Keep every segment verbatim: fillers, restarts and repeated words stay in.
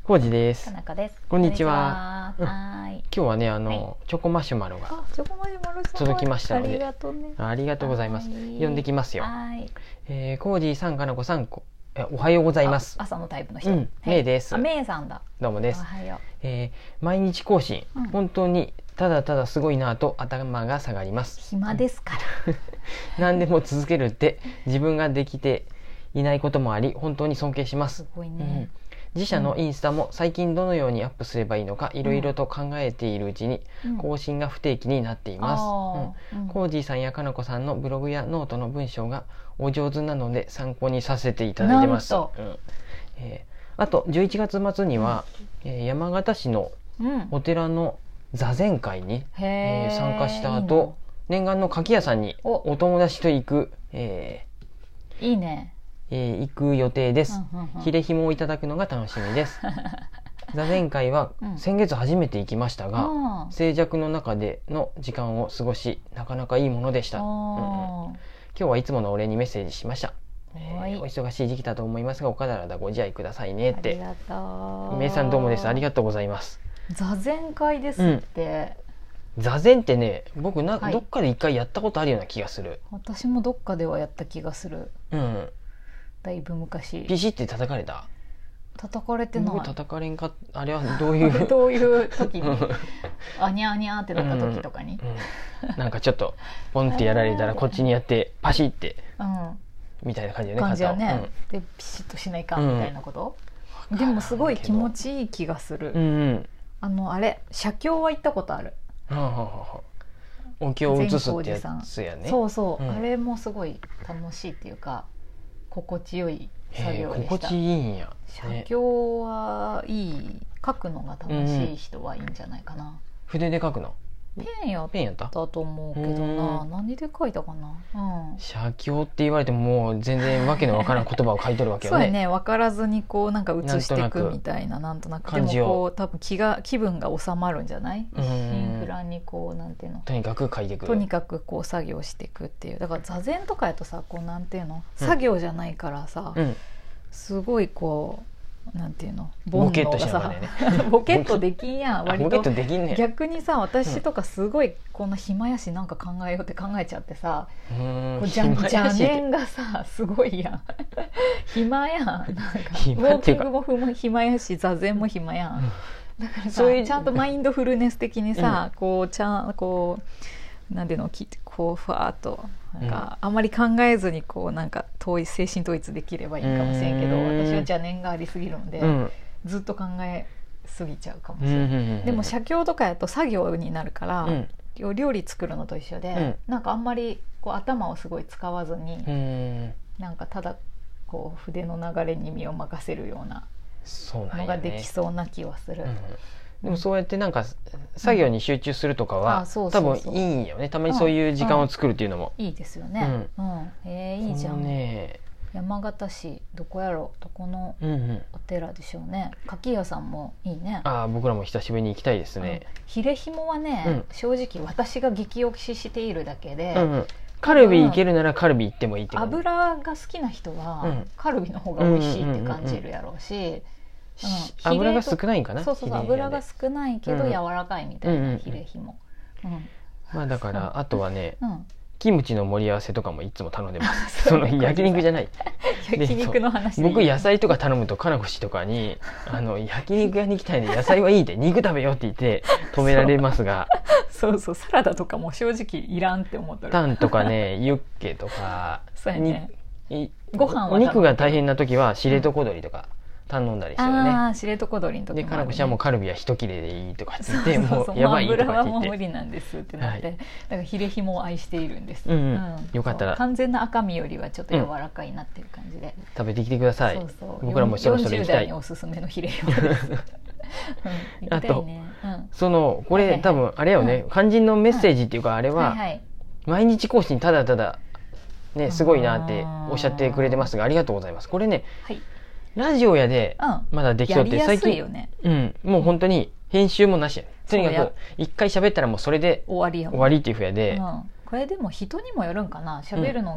コウジです。 かなこです。 こんにちは。 こんにちは。はーい。 今日はね、あの、 はい、 チョコマシュマロがあ、チョコマシュマロさん届きましたので、 ありがとうね。 ありがとうございます。読んできますよ。 はい。 えー、コウジさん、かなこさん、こえおはようございます。 朝のタイプの人。 うん、めいです。 あ、めいさんだ。 どうもです。 おはよう。 えー、毎日更新、 うん、 本当にただただすごいなと頭が下がります。 暇ですから。 何でも続けるって自分ができていないこともあり、本当に尊敬します。 すごいね。 うん自社のインスタも最近どのようにアップすればいいのかいろいろと考えているうちに更新が不定期になっています。コージーさんやかなこさんのブログやノートの文章がお上手なので参考にさせていただいてます。うんえー、あとじゅういちがつ末には、うんえー、山形市のお寺の座禅会に、うんえー、参加した後いい念願の柿屋さんにお友達と行く、えー、いいねえー、行く予定です。ヒレヒモをいただくのが楽しみです。座禅会は先月初めて行きましたが、うん、静寂の中での時間を過ごしなかなかいいものでした。うん、今日はいつものお礼にメッセージしました。えー、お忙しい時期だと思いますがお体ご自愛くださいねって。 ありがとう。 めいさんどうもです。ありがとうございます。 座禅会ですって、 うん、座禅ってね僕なんかどっかで一回やったことあるような気がする。 はい、私もどっかではやった気がする。うんだいぶ昔ピシって叩かれた？ 叩かれてない。 僕叩かれんかあれはどういうどういう時にあにゃーにゃーってなった時とかに、 うんうん、なんかちょっとポンってやられたらこっちにやってパシって、うん、みたいな感じよね。 感じよね、うん、でピシッとしないかみたいなこと、うん、でもすごい気持ちいい気がする、うんうん、あのあれ写経は行ったことある。はあはあはあお経を移すってやつやね。 そうそう、うん、あれもすごい楽しいっていうか心地よい作業でした。 心地いいんや。 写経はいい書くのが楽しい人はいいんじゃないかな。うん、 筆で書くの？ ペンやったと思うけどな。何で書いたかな。うん、 写経って言われてももう全然わけのわからん言葉を書いてるわけよね。 そうやね。分からずにこうなんか写していくみたいななんとなく。でもこう多分気が気分が収まるんじゃない？一心不乱にこうなんていうの。 とにかく書いていく。 とにかくこう作業していくっていう。だから座禅とかやとさこうなんていうの作業じゃないからさ、うん、すごいこう。なんていうのボケッとしながらねボケッとできんやん割とできんね逆にさ私とかすごいこんな暇やしなんか考えようって考えちゃってさ、うん、邪念がさすごいやん暇やんなんかウォーキングも暇やし座禅も暇やんだからさちゃんとマインドフルネス的にさ、うん、こうちゃんこうなんていうのこうふわっとなんかあんまり考えずにこうなんか統一精神統一できればいいかもしれんけど私は邪念がありすぎるので、うん、ずっと考えすぎちゃうかもしれない。でも写経とかやと作業になるから、うん、料理作るのと一緒で、うん、なんかあんまりこう頭をすごい使わずに、うん、なんかただこう筆の流れに身を任せるようなのができそうな気はする。 でもそうやってなんか作業に集中するとかは多分いいんよね。たまにそういう時間を作るっていうのも、 うんうん、いいですよね。うんうん、えー、いいじゃん。ね、山形市どこやろどこのお寺でしょうね。柿屋さんもいいね。 ああ僕らも久しぶりに行きたいですね。 ヒレヒモはね、うん、正直私が激推ししているだけで。 うんうんカルビ行けるならカルビ行ってもいいって感じ。 油が好きな人は、うん、カルビの方が美味しいって感じるやろうし。 うん、油が少ないんかな。 そうそうそう油が少ないけど柔らかいみたいなヒレヒモ、うんうん、 まあだからあとはね、うん、キムチの盛り合わせとかもいつも頼んでますその焼肉じゃない焼肉の話僕野菜とか頼むとかなこしとかにあの焼肉屋に行きたいんで野菜はいいで肉食べようって言って止められますがそうそうサラダとかも正直いらんって思ってる。 タンとかねユッケとかそうやねご飯お肉が大変な時は知床鶏とか、うん頼んだりしてるね。 ああ、知床鶏の時もある、ね。 で、かなこちゃんもカルビは一切れでいいとかって言って、もうやばいとかって言って。 油はもう無理なんですってなって、はい、だからヒレヒモを愛しているんです。 うんうんうん、よかったら。 完全な赤身よりはちょっと柔らかいなっていう感じで。 うん、食べてきてください。そうそう僕らもそろそろ行きたい。 よんじゅう代におすすめのヒレヒモです。うん、 あと、うん、そのこれ、はいはい、多分あれよね、うん、肝心のメッセージっていうかあれは、はいはい、毎日更新ただただねすごいなっておっしゃってくれてますがありがとうございます。これね。はいラジオやでまだできそうって最近、ねうん、もう本当に編集もなしやとにかく一回喋ったらもうそれで終わりやもん終わりっていうふうやで、うん、 これでも人にもよるんかな喋るのが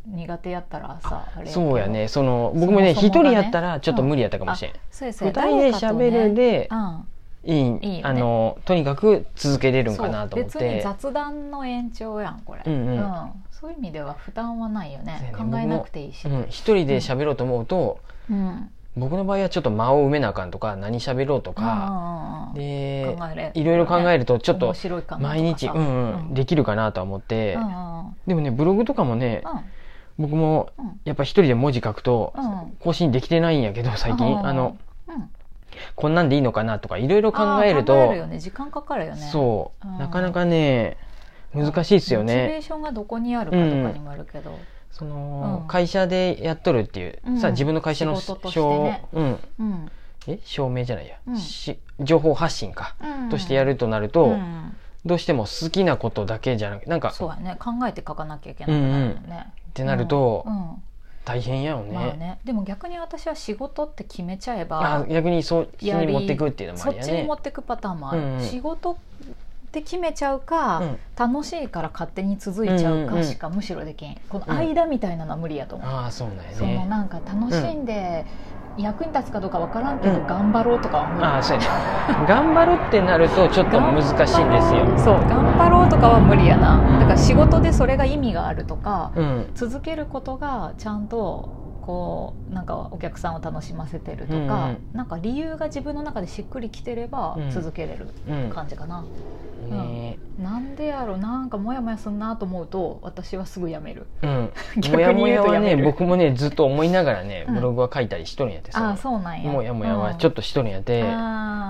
苦手やったらさあれそうやね、その僕もね一人やったらちょっと無理やったかもしれん、うん、ふたりで喋るで、いい、いいね、あのとにかく続けれるんかなと思って。 別に雑談の延長やんこれ、うんうんうん、そういう意味では負担はないよ ね, ね考えなくていいし、うん、一人で喋ろうと思うと、うん、僕の場合はちょっと間を埋めなあかんとか何喋ろうとかでいろいろ考えるとちょっと毎日、うんうん、できるかなとは思って、うんうん、でもねブログとかもね、うん、僕もやっぱ一人で文字書くと更新できてないんやけど最近、うん、あの、うん、こんなんでいいのかなとかいろいろ考えると考えるよね、時間かかるよね。 そう、うん、なかなかね難しいですよね。 モチベーションがどこにあるかとかにもあるけど、うん、 その、うん、会社でやっとるっていう、うん、さ自分の会社の仕事としてね、 うんうん、え証明じゃないや、うん、し情報発信か、うん、としてやるとなると、うん、どうしても好きなことだけじゃなくなんかそうやね考えて書かなきゃいけなくなるよね、うんうん、 ってなると、うんうん大変やよね。まあね、でも逆に私は仕事って決めちゃえばあ逆にそっちに持っていくっていうのもあるよね。 そっちに持っていくパターンもある、うんうん、仕事って決めちゃうか、うん、楽しいから勝手に続いちゃうかしかむしろできん、この間みたいなのは無理やと思う、うん、あそうなんやね。そのなんか楽しんで、うん、役に立つかどうかわからんけど、うん、頑張ろうとかは無理。 あそうやね頑張るってなるとちょっと難しいんですよそう頑張ろうとかは無理やな。だから仕事でそれが意味があるとか、うん、続けることがちゃんとこうなんかお客さんを楽しませてるとか、うんうん、なんか理由が自分の中でしっくりきてれば続けれる感じかな、うんうんね、なんでやろなんかモヤモヤすんなと思うと私はすぐやめる、うん、 逆に言うとやめる。モヤモヤはね僕もねずっと思いながらねブログは書いたりしとるんやってさ、 うん、あそうなんやモヤモヤはちょっとしとるんやって、うん、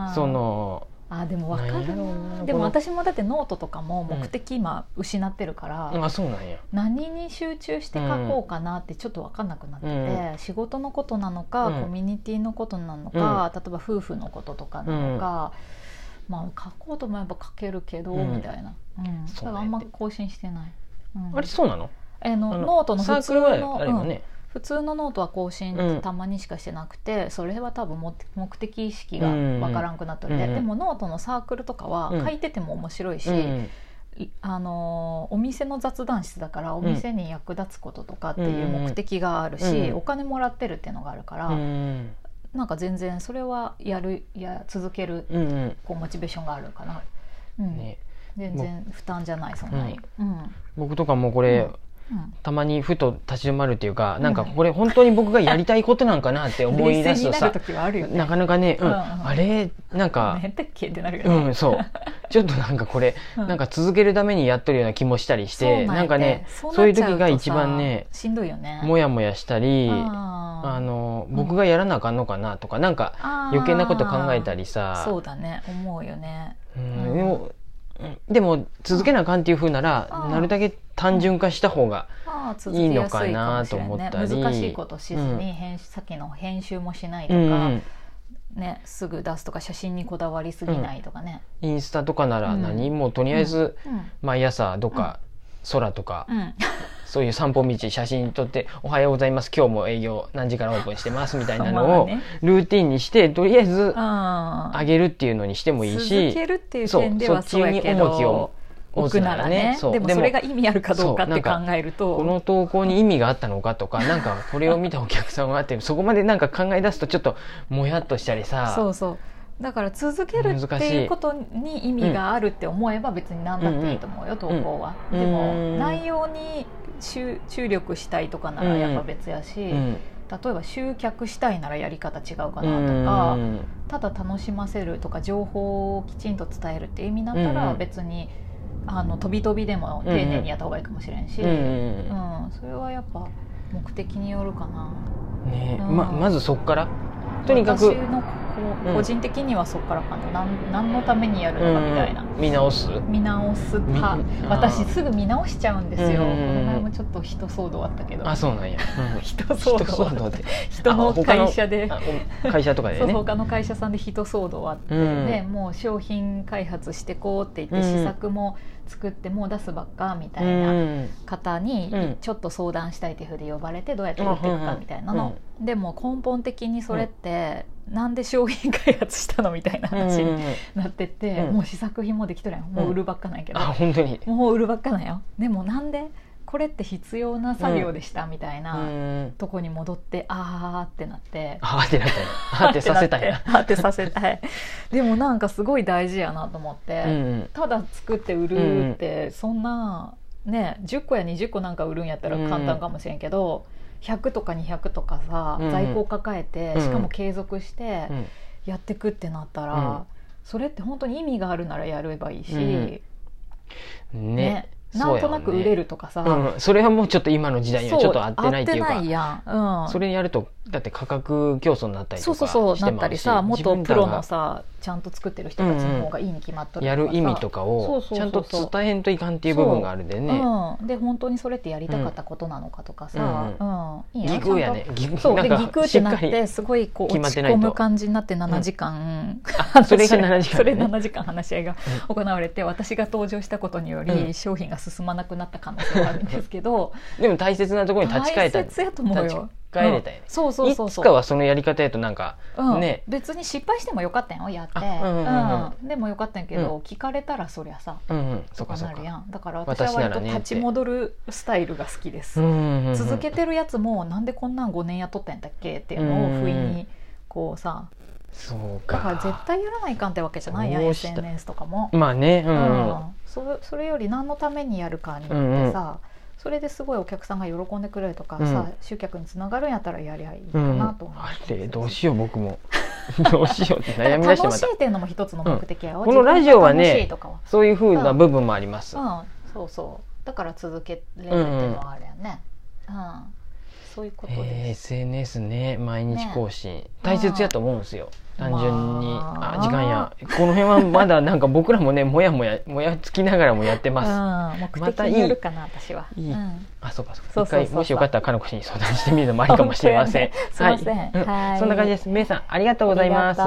そのあでも分かるな。でも私もだってノートとかも目的今失ってるから、 うん、あそうなんや何に集中して書こうかなってちょっと分かんなくなってて、うん、仕事のことなのか、うん、コミュニティのことなのか、うん、例えば夫婦のこととかなのか、うん、まあ書こうと思えば書けるけど、うん、みたいな、うん、だからあんま更新してない、うん、 あれそうなの？ あのノートの普通のあれよね、うん普通のノートは更新たまにしかしてなくて、うん、それは多分目的意識がわからんくなっとるで、うん、でもノートのサークルとかは書いてても面白いし、うん、あのお店の雑談室だからお店に役立つこととかっていう目的があるし、うん、お金もらってるっていうのがあるから、うん、なんか全然それはやるや続ける、うん、こうモチベーションがあるかな、うんね、全然負担じゃないそんなに、うん、 僕とかもこれ、うんうん、たまにふと立ち止まるっていうか、なんかこれ本当に僕がやりたいことなんかなって思い出すとさな, ね、なかなかね、うんうん、あれなんか何だっけってなるよね、 うん、そうちょっとなんかこれ、うん、なんか続けるためにやっとるような気もしたりして、なんなんかねそういう時が一番ねしんどいよね、 もやもやしたり、ああの僕がやらなあかんのかなとか、なんか余計なこと考えたりさ、 そうだね思うよね、 うん、でもでも続けなあかんっていう風ならなるだけ単純化した方がいいのかなと思ったり、 ね、難しいことしずに、うん、編さっきの編集もしないとか、うんね、すぐ出すとか写真にこだわりすぎないとかね、 うん、インスタとかなら何、うん、もうとりあえず毎朝どっか空とか、うん、そういう散歩道写真撮っておはようございます今日も営業何時からオープンしてますみたいなのをルーティンにしてとりあえず上げるっていうのにしてもいいし、 続けるっていう点ではそうやけど、そっちに重きを置くならね、でもそれが意味あるかどうかって考えるとこの投稿に意味があったのかとかなんかこれを見たお客さんはってそこまでなんか考え出すとちょっともやっとしたりさ、 そうそうだから続けるっていうことに意味があるって思えば別に何だっていいと思うよ、うん、投稿は、うん、でも内容に注力したいとかならやっぱ別やし、うん、例えば集客したいならやり方違うかなとか、うん、ただ楽しませるとか情報をきちんと伝えるっていう意味だったら別にあの飛び飛びでも丁寧にやった方がいいかもしれんし、うんうんうん、それはやっぱ目的によるかな、 ね、うん、ま, まずそっからとにかく私の個人的にはそこからかな、うん、何のためにやるのかみたいな、 うん、見直す見直す派、私すぐ見直しちゃうんですよ、うん、この前もちょっと人騒動あったけど、 あそうなんや、 うん、人騒動人騒動で人の会社で会社とかでねそう他の会社さんで人騒動あって、うん、でもう商品開発してこうって言って試作も作ってもう出すばっかみたいな方にちょっと相談したいというふうで呼ばれてどうやって売っていくかみたいなの、うん、でも根本的にそれってなんで商品開発したのみたいな話になってて、うん、もう試作品もできとるやん、もう売るばっかなんやけど、 あ本当にもう売るばっかなんよ。でもなんでこれって必要な作業でした、うん、みたいな、 うん、 とこに戻ってあーってなってあーってなったよあーってさせたいなあーってさせたいでもなんかすごい大事やなと思って、うん、ただ作って売るってそんな、ね、じゅっこやにじゅっこなんか売るんやったら簡単かもしれんけど、うん、ひゃくとかにひゃくとかさ、うん、在庫を抱えて、うん、しかも継続してやってくってなったら、うん、それって本当に意味があるならやればいいし、 うん、ね, ねなんとなく売れるとかさ、 そ, うん、それはもうちょっと今の時代にはちょっと合ってないっていうか、 合ってないやん、うん、 それやるとだって価格競争になったりとかしてもそうそうそうなったりさ、もっとプロのさちゃんと作ってる人たちの方がいいに決まっとるとかさ、 やる意味とかをちゃんと伝えんといかんっていう部分があるんでね、 うん、で本当にそれってやりたかったことなのかとかさ、うんうん、いいやギクやねギクそうでギクってなってすごいこう落ち込む感じになってななじかん、 うん、それがななじかん、ね、 それななじかん話し合いが行われて、私が登場したことにより商品が進まなくなった可能性があるんですけどでも大切なところに立ち返った大切やと思うよ、 帰れたよね、 うん、そうそうそうそういつかはそのやり方やとなんか、 うんね別に失敗してもよかったんよやって、うんうんうんうん、でもよかったんやけど、うん、聞かれたらそりゃさ、うんうん、とかなるやん。だから私は割と立ち戻るスタイルが好きです、うんうんうん、続けてるやつもなんでこんなんごねんやっとったんだっけっていうのを不意にこうさ、 そうかだから絶対やらないかんってわけじゃないやん エスエヌエス とかもまあね、うんうんうん、そ, それより何のためにやるかによってさ、うんうんそれですごいお客さんが喜んでくれるとかさ、うん、集客につながるんやったらやりゃいいかなと思う、うん、 あれどうしよう僕もどうしようって悩み出してまた楽しいっていうのも一つの目的やよ、 うん、このラジオはねそういう風な部分もあります、 うんうん、そうそうだから続けれるっていうのはあれやね、うんうん、そういうことです、 えー、エスエヌエス ね毎日更新、ね、大切やと思うんですよ単純に、まあ、あ時間やこの辺はまだなんか僕らもねもやもやもやつきながらもやってます、 うん、目的によるかな、ま、私は、 いい、うん、あそうかそうかそうそうそうそう一回もしよかったらかのこ氏に相談してみるのもありかもしれません、 すいません、 はい、はい、そんな感じです。めいさんありがとうございます。